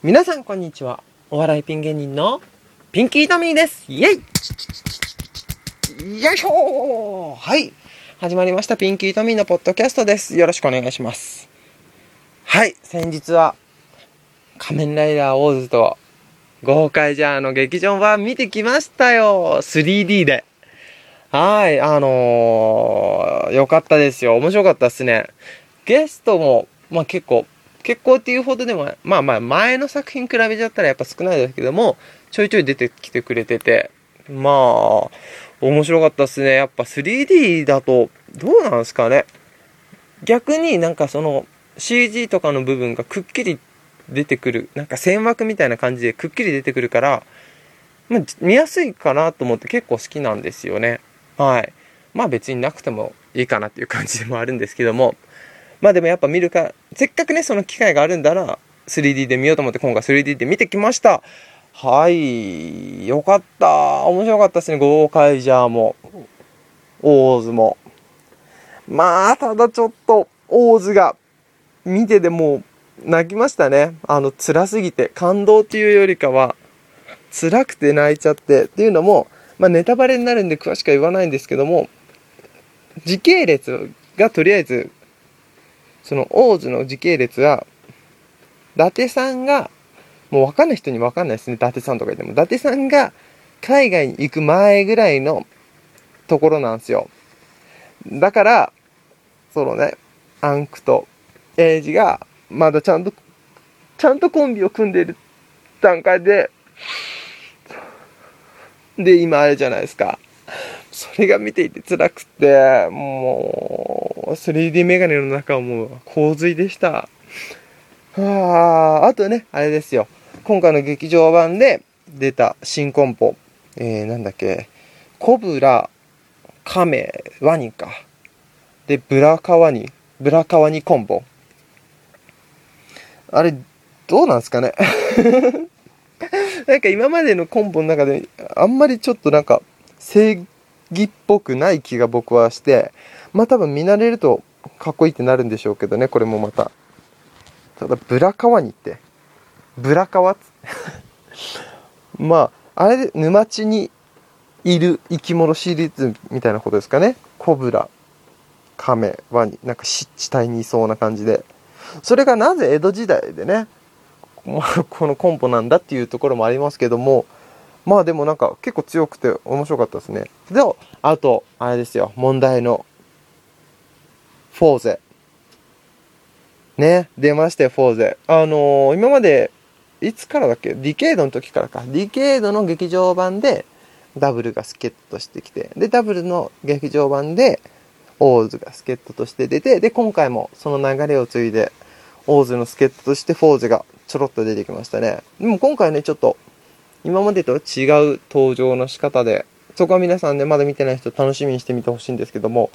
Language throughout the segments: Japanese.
皆さんこんにちは。お笑いピン芸人のピンキートミーです。イエイよいしょー。はい。始まりましたピンキートミーのポッドキャストです。よろしくお願いします。はい。先日は仮面ライダーオーズとゴーカイジャーの劇場版見てきましたよ。3D で。はい。よかったですよ。面白かったですね。ゲストも、結構っていうほどでも、前の作品比べちゃったらやっぱ少ないですけども、ちょいちょい出てきてくれてて、面白かったですね。やっぱ 3D だと、どうなんですかね。逆になんかその CG とかの部分がくっきり出てくる、なんか線枠みたいな感じでくっきり出てくるから、見やすいかなと思って結構好きなんですよね。はい。別になくてもいいかなっていう感じでもあるんですけども、でもやっぱ見るか、せっかくね、その機会があるんだら、3D で見ようと思って今回 3D で見てきました。はい。よかった。面白かったですね。ゴーカイジャーも、オーズも。ただちょっと、オーズが、見てでもう、泣きましたね。辛すぎて。感動っていうよりかは、辛くて泣いちゃって。っていうのも、ネタバレになるんで詳しくは言わないんですけども、時系列がとりあえず、そのオーズの時系列は、伊達さんが、もう分かんない人に分かんないですね。伊達さんとか言っても。伊達さんが海外に行く前ぐらいのところなんですよ。だから、そのね、アンクとエイジが、まだちゃんとコンビを組んでる段階で、今あれじゃないですか。それが見ていて辛くて、もう、3D メガネの中はもう洪水でした。あとね、あれですよ。今回の劇場版で出た新コンポ。なんだっけ。コブラ、カメ、ワニか。で、ブラカワニコンボ。あれ、どうなんですかね。なんか今までのコンボの中で、あんまりちょっとなんか、正義っぽくない気が僕はして、多分見慣れるとかっこいいってなるんでしょうけどね、これもまた。ただ、ブラカワニって、ブラカワあれで沼地にいる生き物シリーズみたいなことですかね。コブラ、カメ、ワニ、なんか湿地帯にいそうな感じで。それがなぜ江戸時代でね、このコンポなんだっていうところもありますけども、でもなんか結構強くて面白かったですね。で、あと、あれですよ、問題の、フォーゼ。ね、出ましたよ、フォーゼ。今まで、いつからだっけ？ディケードの時からか。ディケードの劇場版で、ダブルが助っ人としてきて、で、ダブルの劇場版で、オーズが助っ人として出て、で、今回もその流れを継いで、オーズの助っ人としてフォーゼがちょろっと出てきましたね。でも今回ね、ちょっと、今までとは違う登場の仕方で、そこは皆さんね、まだ見てない人楽しみにしてみてほしいんですけども、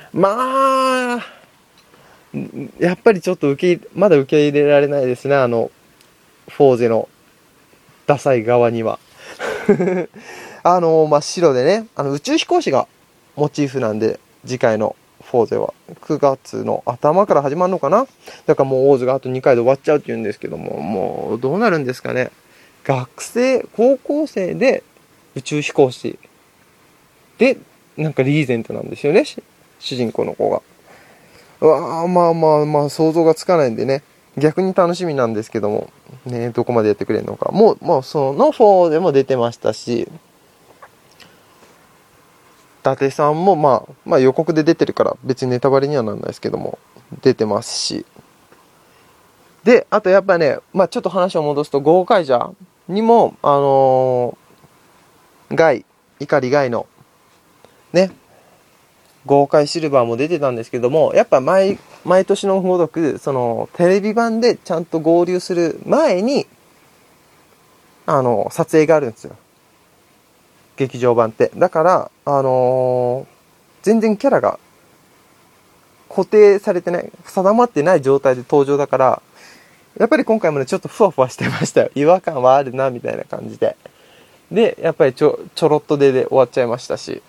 やっぱりちょっとまだ受け入れられないですね、フォーゼのダサい側には。真っ白でね、宇宙飛行士がモチーフなんで、次回のフォーゼは9月の頭から始まるのかな。だからもうオーズがあと2回で終わっちゃうって言うんですけども、もうどうなるんですかね。高校生で宇宙飛行士で、なんかリーゼントなんですよね、主人公の子が。想像がつかないんでね、逆に楽しみなんですけども、ね、どこまでやってくれるのか。もうその4でも出てましたし、伊達さんも予告で出てるから別にネタバレにはならないですけども、出てますし。で、あとやっぱね、ちょっと話を戻すと、ゴーカイジャーにも、碇ガイの、ね、豪快シルバーも出てたんですけども、やっぱ毎年のごとく、その、テレビ版でちゃんと合流する前に、撮影があるんですよ。劇場版って。だから、全然キャラが固定されてない、定まってない状態で登場だから、やっぱり今回もね、ちょっとふわふわしてましたよ。違和感はあるな、みたいな感じで。で、やっぱりちょろっとで終わっちゃいましたし。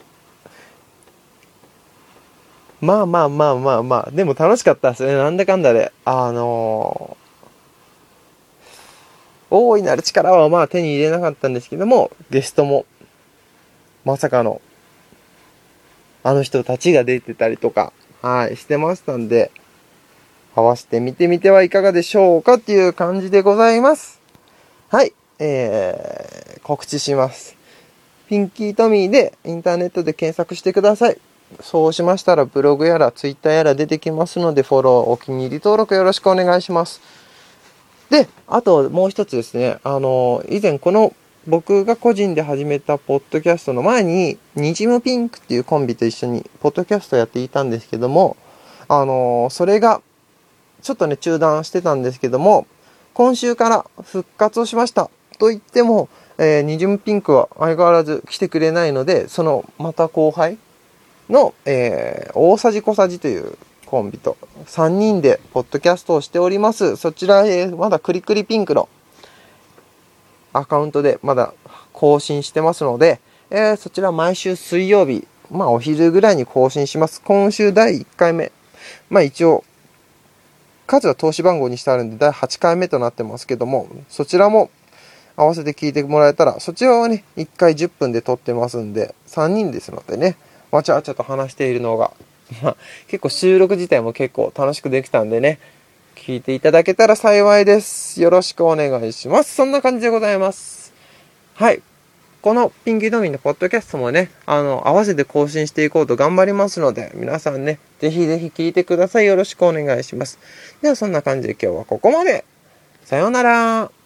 でも楽しかったですね。なんだかんだで。 大いなる力はまあ手に入れなかったんですけども、ゲストもまさかのあの人たちが出てたりとか、してましたんで、合わせて見てみてはいかがでしょうかっていう感じでございます。はい、告知します。ピンキートミーでインターネットで検索してください。そうしましたらブログやらツイッターやら出てきますので、フォロー、お気に入り登録よろしくお願いします。で、あともう一つですね、以前この僕が個人で始めたポッドキャストの前に、にじむピンクっていうコンビと一緒にポッドキャストやっていたんですけども、それがちょっとね中断してたんですけども、今週から復活をしました。と言っても、にじむピンクは相変わらず来てくれないので、そのまた後輩の、大さじ小さじというコンビと3人でポッドキャストをしております。そちら、まだクリクリピンクのアカウントでまだ更新してますので、そちら毎週水曜日、お昼ぐらいに更新します。今週第1回目。一応、数は投資番号にしてあるんで第8回目となってますけども、そちらも合わせて聞いてもらえたら、そちらはね、1回10分で撮ってますんで、3人ですのでね、わちゃわちゃと話しているのが、結構収録自体も結構楽しくできたんでね、聞いていただけたら幸いです。よろしくお願いします。そんな感じでございます。はい。このピンキードミーのポッドキャストもね、合わせて更新していこうと頑張りますので、皆さんね、ぜひぜひ聞いてください。よろしくお願いします。ではそんな感じで今日はここまで。さようなら。